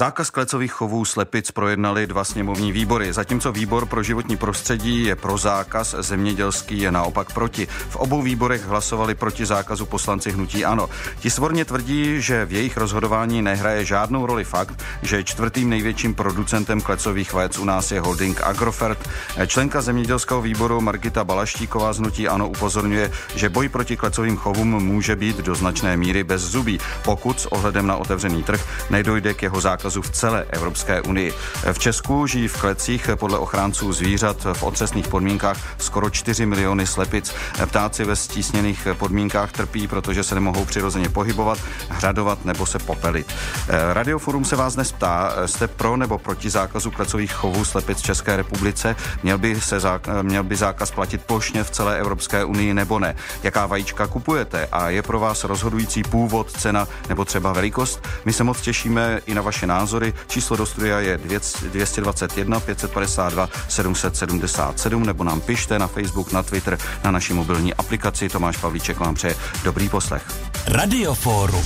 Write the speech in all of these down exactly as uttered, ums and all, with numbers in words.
Zákaz klecových chovů slepic projednali dva sněmovní výbory. Zatímco výbor pro životní prostředí je pro zákaz, zemědělský je naopak proti. V obou výborech hlasovali proti zákazu poslanci hnutí ANO. Ti svorně tvrdí, že v jejich rozhodování nehraje žádnou roli fakt, že čtvrtým největším producentem klecových vajec u nás je holding Agrofert. Členka zemědělského výboru Margita Balaštíková z hnutí ANO upozorňuje, že boj proti klecovým chovům může být do značné míry bezzubý, pokud s ohledem na otevřený trh nedojde k jeho zákazu v celé Evropské unii. V Česku žijí v klecích podle ochránců zvířat v otřesných podmínkách skoro čtyři miliony slepic. Ptáci ve stísněných podmínkách trpí, protože se nemohou přirozeně pohybovat, hřadovat nebo se popelit. Radioforum se vás dnes ptá, jste pro nebo proti zákazu klecových chovů slepic v České republice? Měl by, se zák- měl by zákaz platit plošně v celé Evropské unii nebo ne? Jaká vajíčka kupujete a je pro vás rozhodující původ, cena nebo třeba velikost? My se moc těšíme i na vaše názory. Číslo do studia je dvě stě dvacet jedna pět set padesát dva sedm set sedmdesát sedm nebo nám pište na Facebook, na Twitter, na naší mobilní aplikaci. Tomáš Pavlíček vám přeje dobrý poslech. Radioforum.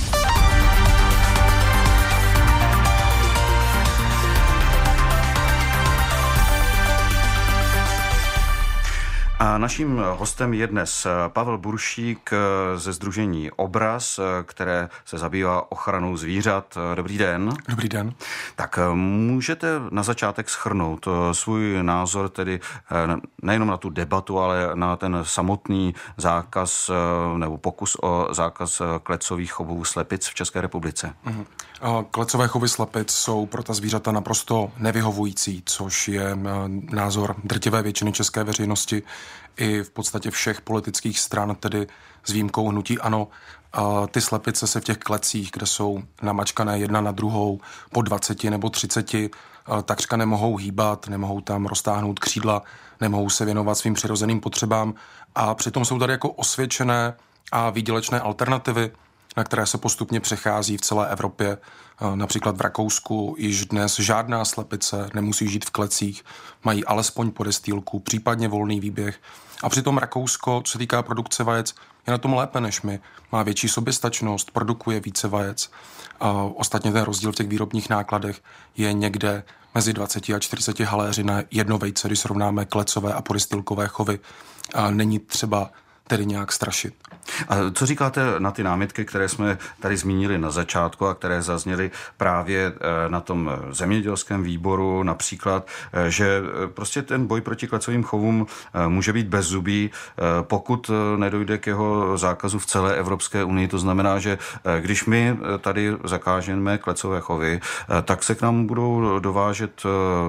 A naším hostem je dnes Pavel Buršík ze sdružení Obraz, které se zabývá ochranou zvířat. Dobrý den. Dobrý den. Tak můžete na začátek shrnout svůj názor, tedy nejenom na tu debatu, ale na ten samotný zákaz nebo pokus o zákaz klecových chovů slepic v České republice? Mhm. Klecové chovy slepic jsou pro ta zvířata naprosto nevyhovující, což je názor drtivé většiny české veřejnosti i v podstatě všech politických stran, tedy s výjimkou hnutí ANO. Ty slepice se v těch klecích, kde jsou namačkané jedna na druhou po dvaceti nebo třiceti, takřka nemohou hýbat, nemohou tam roztáhnout křídla, nemohou se věnovat svým přirozeným potřebám a přitom jsou tady jako osvědčené a výdělečné alternativy, na které se postupně přechází v celé Evropě. Například v Rakousku již dnes žádná slepice nemusí žít v klecích, mají alespoň podestýlku, případně volný výběh. A přitom Rakousko, co se týká produkce vajec, je na tom lépe než my. Má větší soběstačnost, produkuje více vajec. A ostatně ten rozdíl v těch výrobních nákladech je někde mezi dvaceti a čtyřiceti haléři na jedno vejce, když srovnáme klecové a podestýlkové chovy. A není třeba tedy nějak strašit. A co říkáte na ty námitky, které jsme tady zmínili na začátku a které zazněly právě na tom zemědělském výboru, například, že prostě ten boj proti klecovým chovům může být bezzubý, pokud nedojde k jeho zákazu v celé Evropské unii. To znamená, že když my tady zakážeme klecové chovy, tak se k nám budou dovážet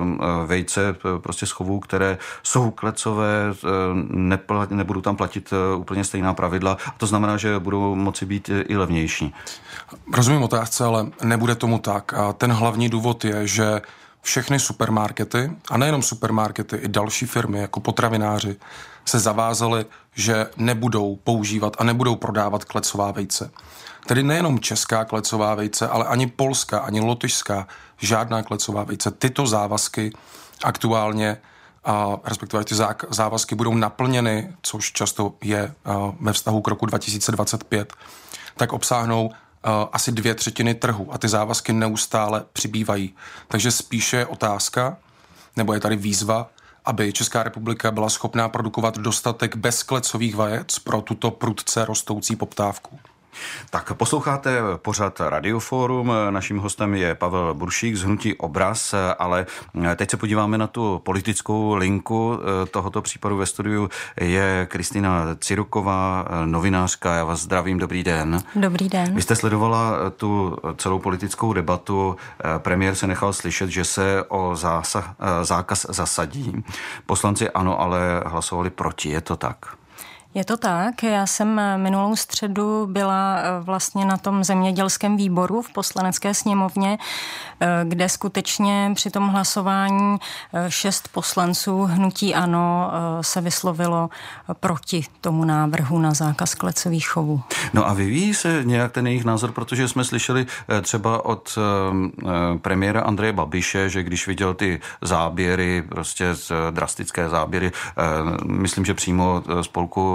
vejce prostě z chovů, které jsou klecové, neplat, nebudou tam platit úplně stejná pravidla. A to znamená, že budou moci být i levnější. Rozumím otázce, ale nebude tomu tak. A ten hlavní důvod je, že všechny supermarkety, a nejenom supermarkety, i další firmy jako potravináři se zavázaly, že nebudou používat a nebudou prodávat klecová vejce. Tedy nejenom česká klecová vejce, ale ani polská, ani lotyšská, žádná klecová vejce. Tyto závazky aktuálně a respektive ty závazky budou naplněny, což často je ve vztahu k roku dva tisíce dvacet pět, tak obsáhnou asi dvě třetiny trhu a ty závazky neustále přibývají. Takže spíše je otázka, nebo je tady výzva, aby Česká republika byla schopná produkovat dostatek bezklecových vajec pro tuto prudce rostoucí poptávku. Tak posloucháte pořad Radioforum, naším hostem je Pavel Buršík z hnutí Obraz, ale teď se podíváme na tu politickou linku tohoto případu. Ve studiu je Kristýna Ciruková, novinářka, já vás zdravím, dobrý den. Dobrý den. Vy jste sledovala tu celou politickou debatu, premiér se nechal slyšet, že se o zásah, zákaz zasadí. Poslanci ANO ale hlasovali proti, je to tak? Je to tak. Já jsem minulou středu byla vlastně na tom zemědělském výboru v Poslanecké sněmovně, kde skutečně při tom hlasování šest poslanců hnutí ANO se vyslovilo proti tomu návrhu na zákaz klecových chovů. No a vyvíjí se nějak ten jejich názor, protože jsme slyšeli třeba od premiéra Andreje Babiše, že když viděl ty záběry, prostě drastické záběry, myslím, že přímo spolku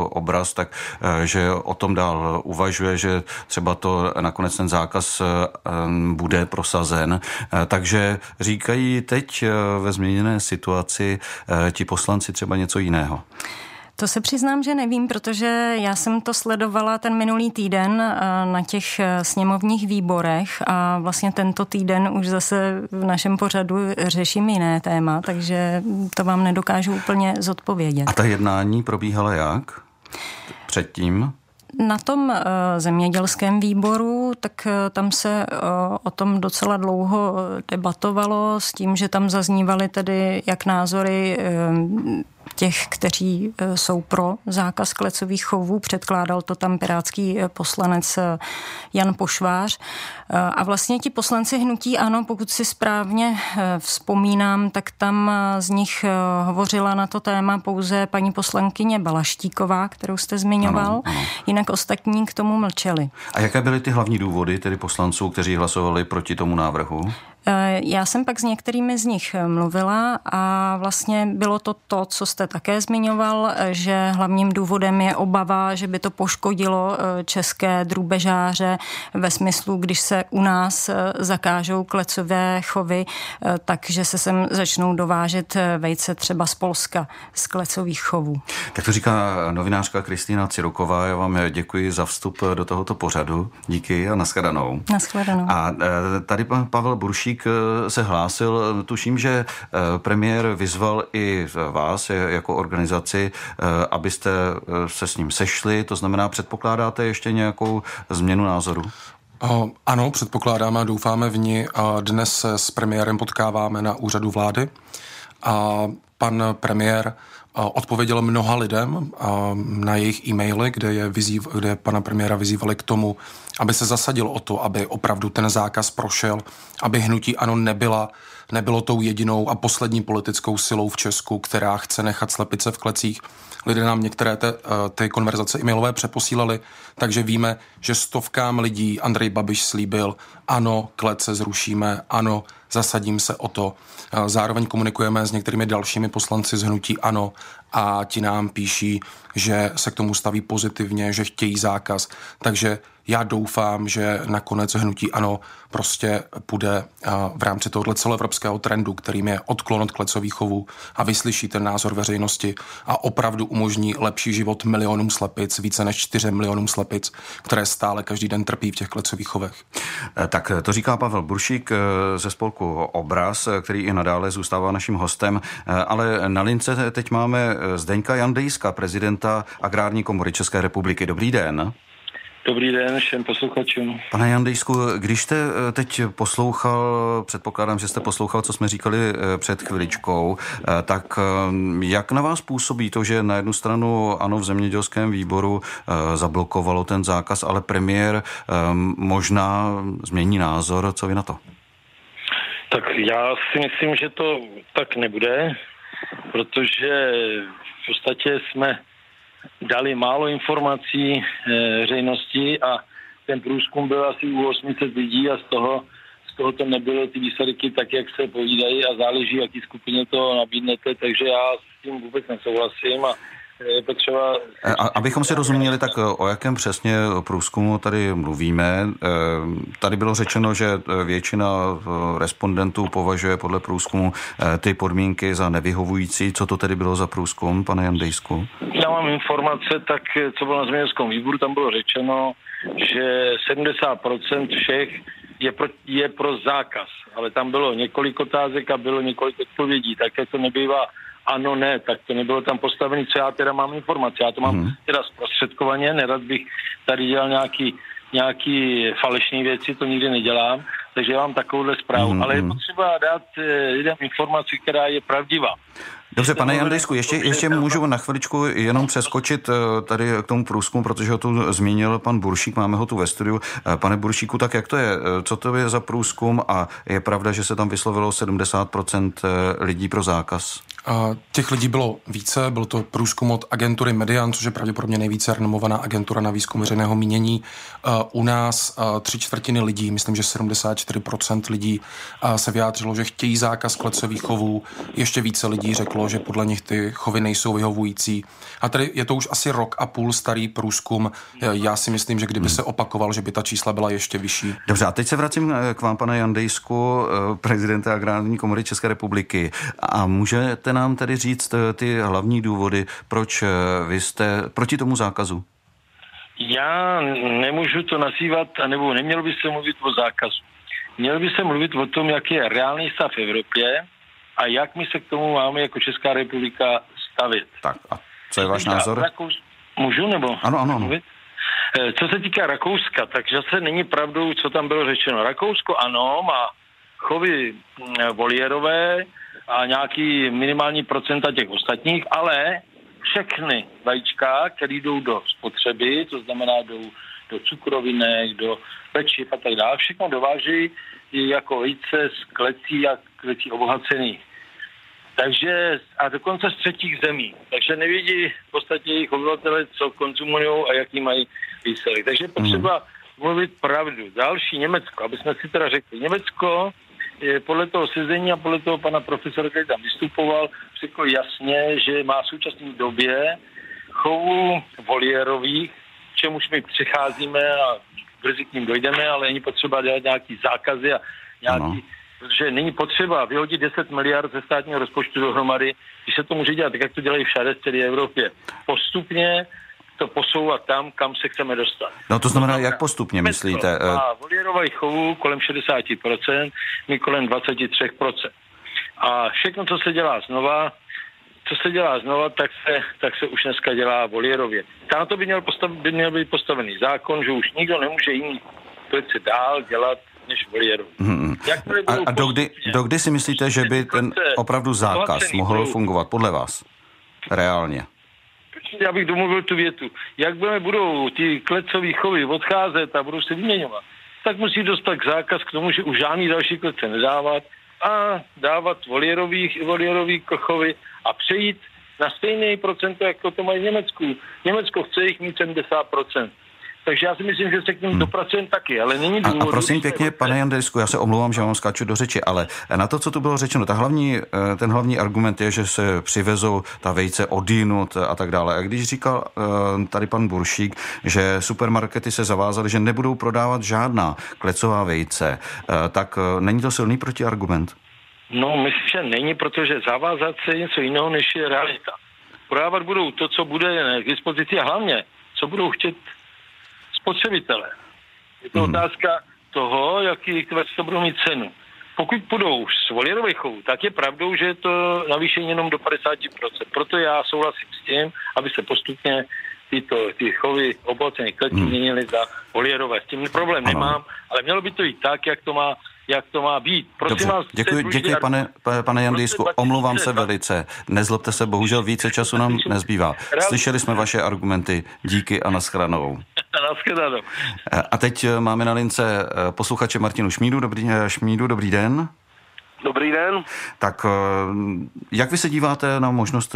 Obraz, tak že o tom dál uvažuje, že třeba to nakonec ten zákaz bude prosazen. Takže říkají teď ve změněné situaci ti poslanci třeba něco jiného? To se přiznám, že nevím, protože já jsem to sledovala ten minulý týden na těch sněmovních výborech a vlastně tento týden už zase v našem pořadu řeším jiné téma, takže to vám nedokážu úplně zodpovědět. A ta jednání probíhala jak předtím? Na tom uh, zemědělském výboru, tak uh, tam se uh, o tom docela dlouho debatovalo s tím, že tam zaznívaly tedy jak názory uh, těch, kteří uh, jsou pro zákaz klecových chovů. Předkládal to tam pirátský poslanec uh, Jan Pošvář. Uh, a vlastně ti poslanci hnutí ANO, pokud si správně uh, vzpomínám, tak tam uh, z nich uh, hovořila na to téma pouze paní poslankyně Balaštíková, kterou jste zmiňoval. Ano, ano. Jinak ostatní k tomu mlčeli. A jaké byly ty hlavní důvody tedy poslanců, kteří hlasovali proti tomu návrhu? Já jsem pak s některými z nich mluvila a vlastně bylo to to, co jste také zmiňoval, že hlavním důvodem je obava, že by to poškodilo české drůbežáře ve smyslu, když se u nás zakážou klecové chovy, takže se sem začnou dovážet vejce třeba z Polska z klecových chovů. Tak to říká novinářka Kristýna Ciruková. Já vám děkuji za vstup do tohoto pořadu. Díky a nashledanou. Nashledanou. A tady pan Pavel Buršík se hlásil. Tuším, že premiér vyzval i vás jako organizaci, abyste se s ním sešli. To znamená, předpokládáte ještě nějakou změnu názoru? Ano, předpokládáme a doufáme v ní. Dnes se s premiérem potkáváme na úřadu vlády a pan premiér odpověděl mnoha lidem na jejich e-maily, kde, je vyzýv, kde pana premiéra vyzývali k tomu, aby se zasadil o to, aby opravdu ten zákaz prošel, aby hnutí ANO nebyla, nebylo tou jedinou a poslední politickou silou v Česku, která chce nechat slepice v klecích. Lidé nám některé te, ty konverzace e-mailové přeposílali, takže víme, že stovkám lidí Andrej Babiš slíbil, ano, klece zrušíme, ano, zasadím se o to. Zároveň komunikujeme s některými dalšími poslanci z hnutí ANO a ti nám píší, že se k tomu staví pozitivně, že chtějí zákaz. Takže já doufám, že nakonec hnutí ANO prostě půjde v rámci tohoto celoevropského trendu, kterým je odklon od klecových chovů a vyslyší ten názor veřejnosti a opravdu umožní lepší život milionům slepic, více než čtyřem milionům slepic, které stále každý den trpí v těch klecových chovech. Tak to říká Pavel Buršík ze spolku Obraz, který i nadále zůstává naším hostem, ale na lince teď máme Zdeňka Jandejska, prezidenta Agrární komory České republiky. Dobrý den. Dobrý den všem posluchačům. Pane Jandejsku, když jste teď poslouchal, předpokládám, že jste poslouchal, co jsme říkali před chviličkou, tak jak na vás působí to, že na jednu stranu ANO v zemědělském výboru zablokovalo ten zákaz, ale premiér možná změní názor, co vy na to? Tak já si myslím, že to tak nebude, protože v podstatě jsme dali málo informací e, veřejnosti a ten průzkum byl asi u osm set lidí a z toho, z toho to nebylo ty výsledky tak, jak se povídají a záleží, jaký skupině to nabídnete, takže já s tím vůbec nesouhlasím a je potřeba... A, abychom si rozuměli, tak o jakém přesně průzkumu tady mluvíme. Tady bylo řečeno, že většina respondentů považuje podle průzkumu ty podmínky za nevyhovující. Co to tedy bylo za průzkum, pane Jandejsku? Já mám informace, tak co bylo na zemědělském výboru, tam bylo řečeno, že sedmdesát procent všech je pro, je pro zákaz, ale tam bylo několik otázek a bylo několik odpovědí, tak jak to nebývá ano, ne, tak to nebylo tam postavený, co já teda mám informace. Já to mám hmm. teda zprostředkovaně, nerad bych tady dělal nějaký, nějaký falešný věci, to nikdy nedělám, takže já mám takovouhle zprávu. Hmm. Ale je potřeba dát lidem informaci, která je pravdivá. Dobře, pane Jandejsku, ještě, ještě můžu na chviličku jenom přeskočit tady k tomu průzkumu, protože ho tu zmínil pan Buršík, máme ho tu ve studiu. Pane Buršíku, tak jak to je? Co to je za průzkum a je pravda, že se tam vyslovilo sedmdesát procent lidí pro zákaz? Těch lidí bylo více, byl to průzkum od agentury Median, což je pravděpodobně nejvíce renomovaná agentura na výzkum veřejného mínění. U nás tři čtvrtiny lidí, myslím, že sedmdesát čtyři procent lidí se vyjádřilo, že chtějí zákaz klecových chovů. Ještě více lidí řeklo, vyplynulo, že podle nich ty chovy nejsou vyhovující. A tady je to už asi rok a půl starý průzkum. Já si myslím, že kdyby se opakoval, že by ta čísla byla ještě vyšší. Dobře, a teď se vracím k vám, pane Jandejsku, prezidenta Agrární komory České republiky. A můžete nám tedy říct ty hlavní důvody, proč vy jste proti tomu zákazu? Já nemůžu to nazývat, nebo neměl by se mluvit o zákazu. Měl by se mluvit o tom, jaký je reálný stav v Evropě a jak my se k tomu máme jako Česká republika stavit. Tak a co je váš názor? Rakous... Můžu, nebo? Ano, ano, ano. Co se týká Rakouska, tak zase není pravdou, co tam bylo řečeno. Rakousko ano, má chovy voliérové a nějaký minimální procenta těch ostatních, ale všechny vajíčka, které jdou do spotřeby, to znamená jdou do cukrovinek, do pečiv a tak dále, všechno dováží jako vejce z klecí a klecí obohacených. Takže a dokonce z třetích zemí. Takže nevědí v podstatě jejich obyvatele, co konzumují a jaký mají výsledek. Takže potřeba mm. mluvit pravdu. Další Německo, aby jsme si teda řekli. Německo je podle toho sezení a podle toho pana profesora, který tam vystupoval, řekl jasně, že má v současné době chovu voliérových, k čemuž my přicházíme a brzy k ním dojdeme, ale není potřeba dělat nějaký zákazy a nějaký... No. Protože není potřeba vyhodit deset miliard ze státního rozpočtu dohromady, když se to může dělat tak, jak to dělají všade v celé Evropě. Postupně to posouvat tam, kam se chceme dostat. No to znamená, jak postupně myslíte? Má voliérových chovů kolem šedesát procent, my kolem dvacet tři procent. A všechno, co se dělá znova, co se dělá znova, tak se, tak se už dneska dělá voliérově. Tam to by měl, postav, by měl být postavený zákon, že už nikdo nemůže jiný věci dál dělat než voliéru. Hmm. A, a dokdy, dokdy si myslíte, že by ten opravdu zákaz mohl fungovat podle vás? Reálně. Já bych domluvil tu větu. Jak budeme, budou ty klecový chovy odcházet a budou se vyměňovat, tak musí dostat k zákaz k tomu, že už žádný další klece nedávat a dávat voliérových, voliérových chovy a přejít na stejné procento, jako to mají v Německu. Německo chce jich mít sedmdesát procent. Takže já si myslím, že se k ním hmm. dopracujeme taky, ale není důvodu... A, a prosím pěkně, pane Jandejsku, já se omlouvám, že vám skáču do řeči, ale na to, co tu bylo řečeno, ta hlavní, ten hlavní argument je, že se přivezou ta vejce odinut a tak dále. A když říkal tady pan Buršík, že supermarkety se zavázaly, že nebudou prodávat žádná klecová vejce, tak není to silný protiargument? No, myslím, že není, protože zavázat se je něco jiného, než je realita. Prodávat budou to, co bude k dispozici a hlavně, co budou chtět spotřebitele. Je to hmm. otázka toho, jaký to budou mít cenu. Pokud půjdou z voliérových chovů, tak je pravdou, že je to navýšení jenom do padesát procent. Proto já souhlasím s tím, aby se postupně tyto, ty chovy obohacených kletí hmm. měnily za voliérové. S tím problém ano. nemám, ale mělo by to jít tak, jak to má jak to má být. Prosím vás, děkuji, děkuji pane, pane Jandejsku, omlouvám se velice. Nezlobte se, bohužel více času nám nezbývá. Slyšeli jsme vaše argumenty. Díky a nashledanou. Nashledanou. A teď máme na lince posluchače Martinu Šmídu. Dobrý, Šmídu, dobrý den. Dobrý den. Tak jak vy se díváte na možnost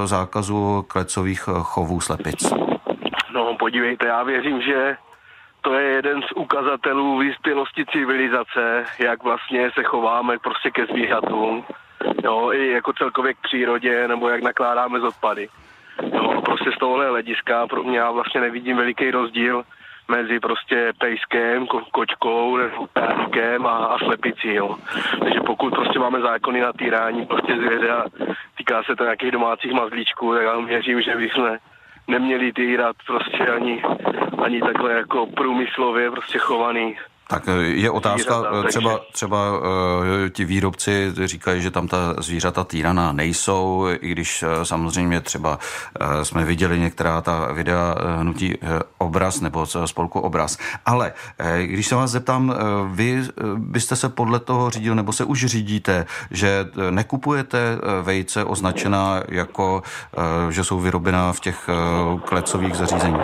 zákazu klecových chovů slepic? No podívejte, já věřím, že to je jeden z ukazatelů vyspělosti civilizace, jak vlastně se chováme prostě ke zvířatům, jo, i jako celkově k přírodě, nebo jak nakládáme z odpady. Jo, prostě z tohohle hlediska pro mě já vlastně nevidím veliký rozdíl mezi prostě pejskem, ko- kočkou, nebo ptáčkem a, a slepicí, jo. Takže pokud prostě máme zákony na týrání prostě zvěře a týká se to nějakých domácích mazlíčků, tak já věřím, že bychom neměli týrat prostě ani, ani takhle jako průmyslově prostě chovaný. Tak je otázka, třeba, třeba ti výrobci říkají, že tam ta zvířata týraná nejsou, i když samozřejmě třeba jsme viděli některá ta videa hnutí Obraz nebo spolku Obraz. Ale když se vás zeptám, vy byste se podle toho řídil, nebo se už řídíte, že nekupujete vejce označená jako, že jsou vyrobená v těch klecových zařízeních?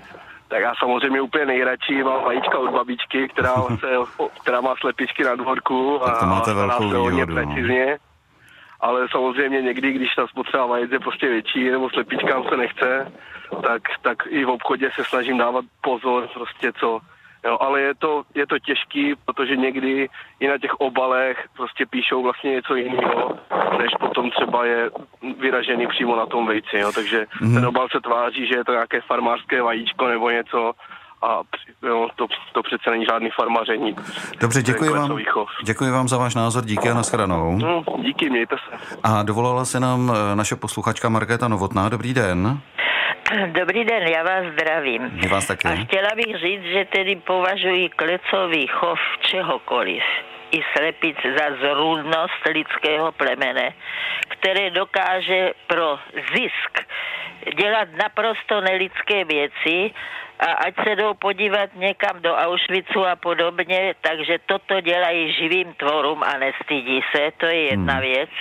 Tak já samozřejmě úplně nejradši mám vajíčka od babičky, která, se, která má slepičky na dvorku a máte velkou výhodu, precizně. No. Ale samozřejmě někdy, když ta spotřeba vajec je prostě větší nebo slepičkám se nechce, tak, tak i v obchodě se snažím dávat pozor prostě co, Jo, ale je to, je to těžký, protože někdy i na těch obalech prostě píšou vlastně něco jiného, než potom třeba je vyražený přímo na tom vejci. Jo. Takže mm. ten obal se tváří, že je to nějaké farmářské vajíčko nebo něco, a jo, to, to přece není žádný farmaření. Dobře, děkuji vám, děkuji vám za váš názor, díky a nashledanou. No, díky, mějte se. A dovolala se nám naše posluchačka Markéta Novotná. Dobrý den. Dobrý den, já vás zdravím. My vás taky. A chtěla bych říct, že tedy považuji klecový chov čehokoliv i slepic za zrůdnost lidského plemene, které dokáže pro zisk dělat naprosto nelidské věci, a ať se jdou podívat někam do Auschwitzu a podobně, takže toto dělají živým tvorům a nestydí se, to je jedna hmm. věc.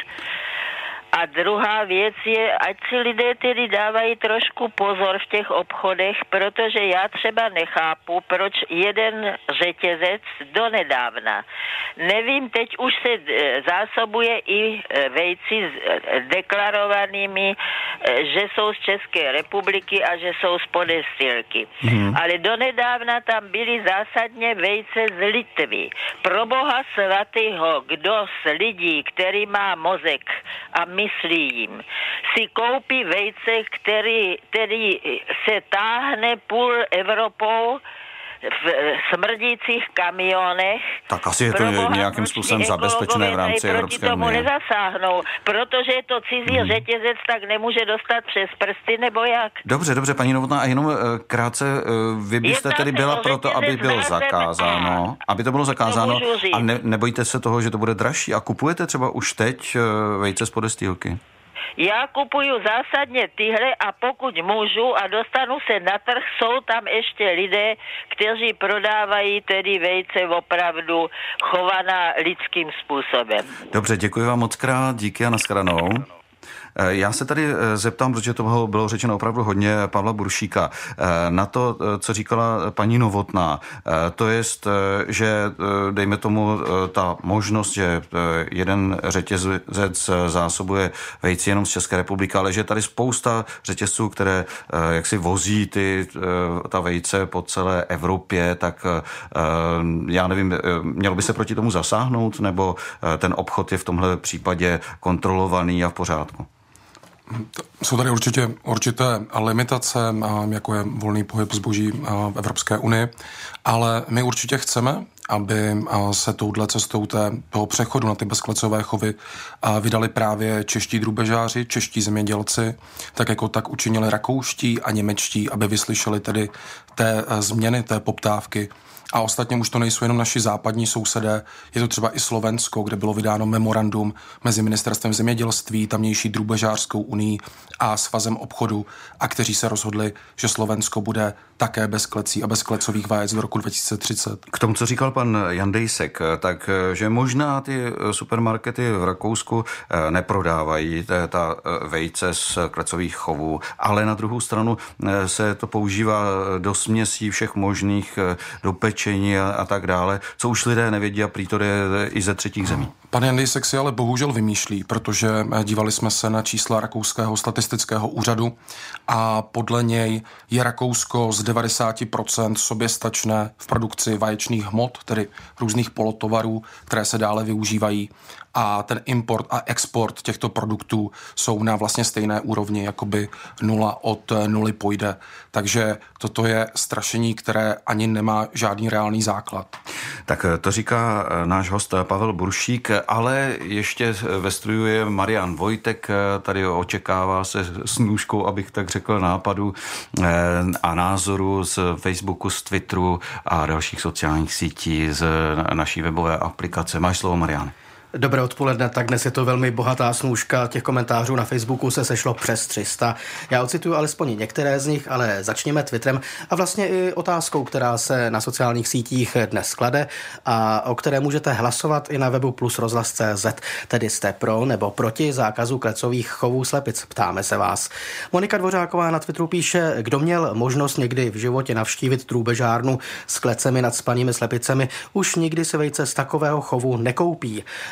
A druhá věc je, ať si lidé tedy dávají trošku pozor v těch obchodech, protože já třeba nechápu, proč jeden řetězec donedávna, nevím, teď už se zásobuje i vejci deklarovanými, že jsou z České republiky a že jsou z podestýlky. Hmm. Ale donedávna tam byly zásadně vejce z Litvy. Pro Boha svatýho, kdo z lidí, který má mozek a myslí jim, si koupí vejce, který, který se táhne půl Evropou v smrdících kamionech. Tak asi je to nějakým způsobem zabezpečené v rámci Evropské unie. Tomu nezasáhnou, protože je to cizí hmm. řetězec, tak nemůže dostat přes prsty, nebo jak? Dobře, dobře, paní Novotná, a jenom krátce, vy byste tedy byla proto, aby bylo zakázáno, aby to bylo zakázáno a ne, nebojíte se toho, že to bude dražší a kupujete třeba už teď vejce z podestýlky? Já kupuju zásadně tyhle a pokud můžu a dostanu se na trh, jsou tam ještě lidé, kteří prodávají tedy vejce opravdu chovaná lidským způsobem. Dobře, děkuji vám moc krát, díky a nashledanou. Já se tady zeptám, protože toho bylo řečeno opravdu hodně, Pavla Buršíka, na to, co říkala paní Novotná. To je, že dejme tomu ta možnost, že jeden řetězec zásobuje vejci jenom z České republiky, ale že tady spousta řetězců, které jaksi vozí ty, ta vejce po celé Evropě, tak já nevím, mělo by se proti tomu zasáhnout, nebo ten obchod je v tomhle případě kontrolovaný a v pořádku? Jsou tady určitě určité limitace, jako je volný pohyb zboží v Evropské unii, ale my určitě chceme, aby se touhle cestou té, toho přechodu na ty bezklecové chovy vydali právě čeští drůbežáři, čeští zemědělci, tak jako tak učinili rakouští a němečtí, aby vyslyšeli tedy té změny, té poptávky. A ostatně už to nejsou jenom naši západní sousedé, je to třeba i Slovensko, kde bylo vydáno memorandum mezi ministerstvem zemědělství, tamnější drůbežářskou unii a svazem obchodu, a kteří se rozhodli, že Slovensko bude také bez klecí a bez klecových vajec do roku dva tisíce třicet. K tomu, co říkal pan Jan Dejsek, tak že možná ty supermarkety v Rakousku neprodávají ta vejce z klecových chovů, ale na druhou stranu se to používá do směsí všech možných, do pečení a, a tak dále, co už lidé nevědí a prý to je i ze třetích zemí. Pan Jan Dejsek si ale bohužel vymýšlí, protože dívali jsme se na čísla Rakouského statistického úřadu a podle něj je Rakousko z devadesát procent soběstačné v produkci vaječných hmot, tedy různých polotovarů, které se dále využívají, a ten import a export těchto produktů jsou na vlastně stejné úrovni, jakoby nula od nuly pojde. Takže toto je strašení, které ani nemá žádný reálný základ. Tak to říká náš host Pavel Buršík, ale ještě ve studiu je Marian Vojtek, tady očekává se s nůžkou, abych tak řekl, nápadu a názoru z Facebooku, z Twitteru a dalších sociálních sítí, z naší webové aplikace. Máš slovo, Marian. Dobré odpoledne, tak dnes je to velmi bohatá snůžka, těch komentářů na Facebooku se sešlo přes tři sta. Já ocituju alespoň některé z nich, ale začněme Twitterem a vlastně i otázkou, která se na sociálních sítích dnes klade a o které můžete hlasovat i na webu plus rozhlas tečka cé zet, tedy jste pro nebo proti zákazu klecových chovů slepic, ptáme se vás. Monika Dvořáková na Twitteru píše, kdo měl možnost někdy v životě navštívit drůbežárnu s klecemi nad spanými slepicemi, už nikdy se vejce z takového chovu nekoupí.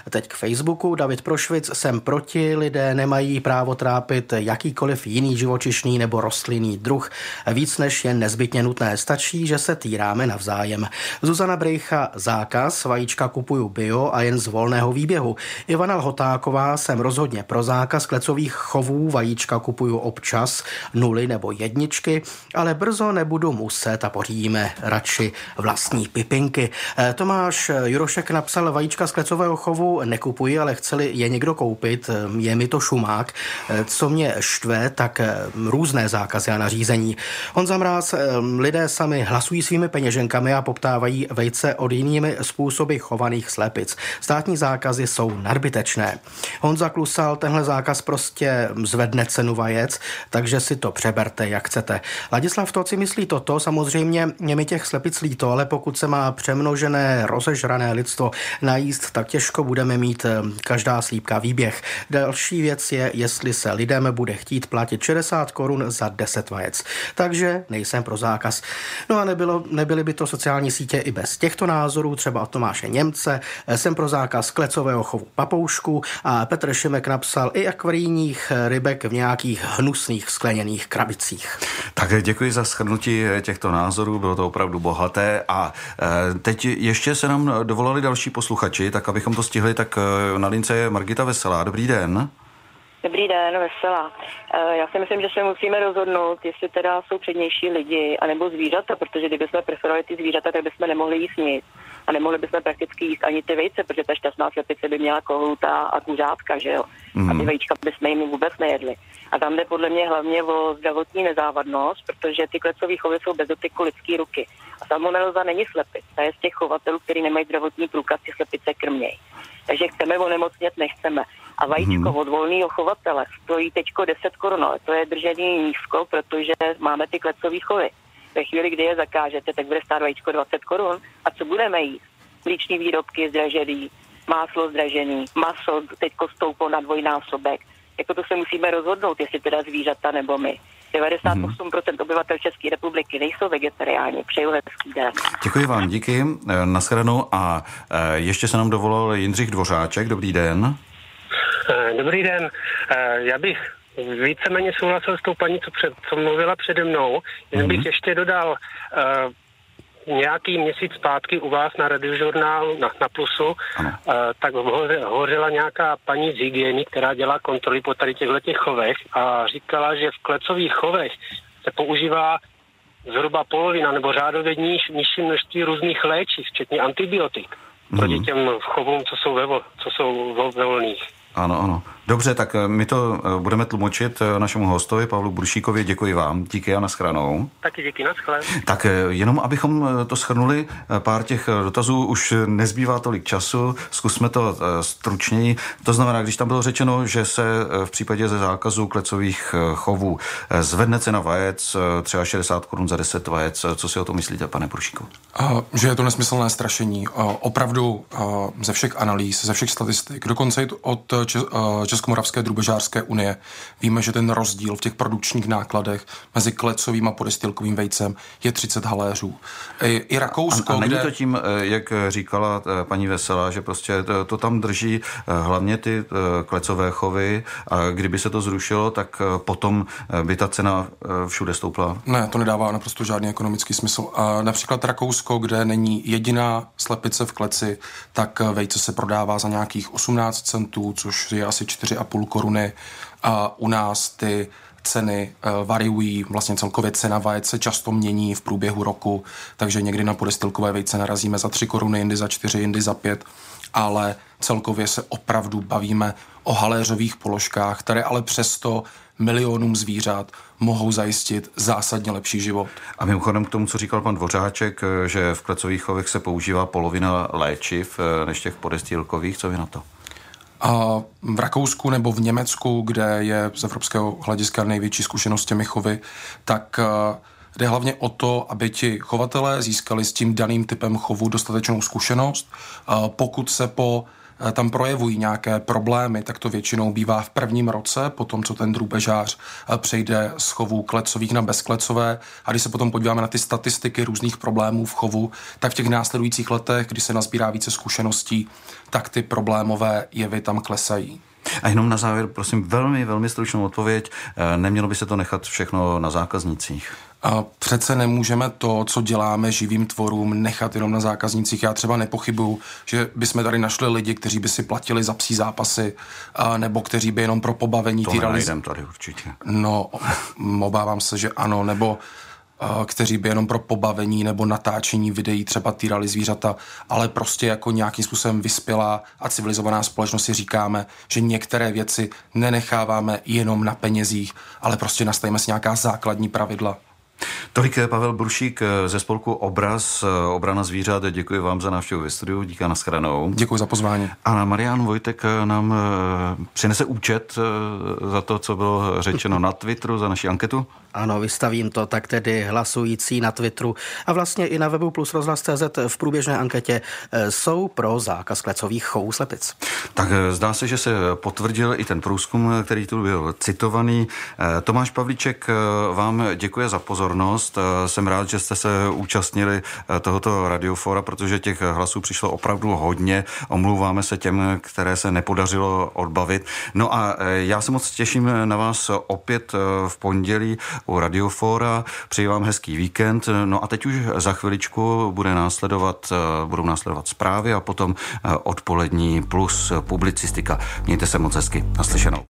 Teď k Facebooku. David Prošvic, jsem proti, lidé nemají právo trápit jakýkoliv jiný živočišný nebo rostlinný druh. Víc než je nezbytně nutné, stačí, že se týráme navzájem. Zuzana Brejcha, zákaz, vajíčka kupuju bio a jen z volného výběhu. Ivana Lhotáková, jsem rozhodně pro zákaz klecových chovů, vajíčka kupuju občas, nuly nebo jedničky, ale brzo nebudu muset a pořídíme radši vlastní pipinky. Tomáš Jurošek napsal, vajíčka z klecového chovu nekupuji, ale chceli je někdo koupit, je mi to šumák. Co mě štve, tak různé zákazy a nařízení. Honza Mráz, lidé sami hlasují svými peněženkami a poptávají vejce od jinými způsoby chovaných slepic. Státní zákazy jsou nadbytečné. Honza Klusal, tenhle zákaz prostě zvedne cenu vajec, takže si to přeberte, jak chcete. Ladislav Toci myslí toto, samozřejmě je mi těch slepic líto, ale pokud se má přemnožené, rozežrané lidstvo najíst, tak těžko budeme mít každá slípka výběh. Další věc je, jestli se lidem bude chtít platit šedesát korun za deset vajec. Takže nejsem pro zákaz. No a nebylo, nebyly by to sociální sítě i bez těchto názorů, třeba od Tomáše Němce, jsem pro zákaz klecového chovu papoušku a Petr Šimek napsal i akvarijních rybek v nějakých hnusných skleněných krabicích. Tak děkuji za shrnutí těchto názorů, bylo to opravdu bohaté a teď ještě se nám dovolali další posluchači, tak abychom to stihli, tak na lince je Margita Veselá. Dobrý den. Dobrý den, Veselá. Já si myslím, že se musíme rozhodnout, jestli teda jsou přednější lidi anebo zvířata, protože kdybychom preferovali ty zvířata, tak bychom nemohli jíst nic. A nemohli bychom prakticky jíst ani ty vejce, protože ta šťastná slepice by měla kohouta a kuřátka, že jo. Mm. A ty vajíčka bychom jim vůbec nejedli. A tam jde podle mě hlavně o zdravotní nezávadnost, protože ty klecové chovy jsou bez dotyku lidské ruky. A salmonelóza není slepic, ta je z těch chovatelů, kteří nemají zdravotní průkaz, ty slepice krmějí. Takže chceme onemocnět, nechceme. A vajíčko od volného chovatele stojí teďko deset korun, ale to je držení nízko, protože máme ty klecové chovy. Ve chvíli, kdy je zakážete, tak bude stát vajíčko dvacet korun. A co budeme jíst? Mlíční výrobky zdražený, máslo zdražený, maso teďko stouplo na dvojnásobek. Jako to se musíme rozhodnout, jestli teda zvířata nebo my. devadesát osm procent obyvatel České republiky nejsou vegetariáni. Přeju hezký den. Děkuji vám, díky. Nashledanou a ještě se nám dovolal Jindřich Dvořáček. Dobrý den. Dobrý den. Já bych víceméně souhlasil s tou paní, co, před, co mluvila přede mnou. Jen mm-hmm. bych ještě dodal uh, nějaký měsíc zpátky u vás na radiožurnálu na, na Plusu, uh, tak hoře, hořela nějaká paní z hygieny, která dělá kontroly po tady těchto těch chovech a říkala, že v klecových chovech se používá zhruba polovina nebo řádově níž, nižší množství různých léčiv, včetně antibiotik, mm-hmm. proti těm chovům, co jsou ve, co jsou ve volných. Ano, ano. Dobře, tak my to budeme tlumočit našemu hostovi Pavlu Buršíkovi. Děkuji vám. Díky a nashledanou. Taky díky, naschle. Tak jenom abychom to shrnuli, pár těch dotazů, už nezbývá tolik času, zkusme to stručněji. To znamená, když tam bylo řečeno, že se v případě ze zákazu klecových chovů zvedne cena vajec, třeba šedesát korun za deset vajec. Co si o to myslíte, pane Buršíku? Že je to nesmyslné strašení. Opravdu ze všech analýz, ze všech statistik, dokonce i od Českomoravské drůbežářské unie. Víme, že ten rozdíl v těch produkčních nákladech mezi klecovým a podestýlkovým vejcem je třicet haléřů. I, i Rakousko, a, a není kde... to tím, jak říkala paní Veselá, že prostě to, to tam drží hlavně ty klecové chovy a kdyby se to zrušilo, tak potom by ta cena všude stoupla? Ne, to nedává naprosto žádný ekonomický smysl. A například Rakousko, kde není jediná slepice v kleci, tak vejce se prodává za nějakých osmnáct centů, což je asi čtyři a půl koruny a u nás ty ceny uh, variují, vlastně celkově cena vajec se často mění v průběhu roku, takže někdy na podestýlkové vejce narazíme za tři koruny, jindy za čtyři, jindy za pět, ale celkově se opravdu bavíme o haléřových položkách, které ale přesto milionům zvířat mohou zajistit zásadně lepší život. A mimochodem k tomu, co říkal pan Dvořáček, že v klecových chovech se používá polovina léčiv než těch podestýlkových, co vy na to? A v Rakousku nebo v Německu, kde je z evropského hlediska největší zkušenost s těmi chovy, tak jde hlavně o to, aby ti chovatelé získali s tím daným typem chovu dostatečnou zkušenost. Pokud se po tam projevují nějaké problémy, tak to většinou bývá v prvním roce, potom co ten drůbežář přejde z chovů klecových na bezklecové. A když se potom podíváme na ty statistiky různých problémů v chovu, tak v těch následujících letech, kdy se nazbírá více zkušeností, tak ty problémové jevy tam klesají. A jenom na závěr, prosím, velmi, velmi stručnou odpověď. Nemělo by se to nechat všechno na zákaznících? A přece nemůžeme to, co děláme živým tvorům, nechat jenom na zákaznících. Já třeba nepochybuju, že bychom tady našli lidi, kteří by si platili za psí zápasy, nebo kteří by jenom pro pobavení to týrali. To tady určitě. No, obávám se, že ano, nebo kteří by jenom pro pobavení nebo natáčení videí třeba týrali zvířata, ale prostě jako nějakým způsobem vyspělá a civilizovaná společnost si říkáme, že některé věci nenecháváme jenom na penězích, ale prostě nastavíme si nějaká základní pravidla. Tolik Pavel Brušík ze spolku Obraz, obrana zvířat. Děkuji vám za návštěvu ve studiu. Díky a nashledanou. Děkuji za pozvání. A Marián Vojtek nám přinese účet za to, co bylo řečeno na Twitteru, za naši anketu. Ano, vystavím to, tak tedy hlasující na Twitteru a vlastně i na webu plus rozhlas tečka cé zet v průběžné anketě jsou pro zákaz klecových chovů slepic. Tak zdá se, že se potvrdil i ten průzkum, který tu byl citovaný. Tomáš Pavlíček vám děkuje za pozornost. Jsem rád, že jste se účastnili tohoto radiofora, protože těch hlasů přišlo opravdu hodně. Omlouváme se těm, které se nepodařilo odbavit. No a já se moc těším na vás opět v pondělí u Radiofora. Přeji vám hezký víkend. No a teď už za chviličku bude následovat, budou následovat zprávy a potom odpolední plus publicistika. Mějte se moc hezky. Naslyšenou.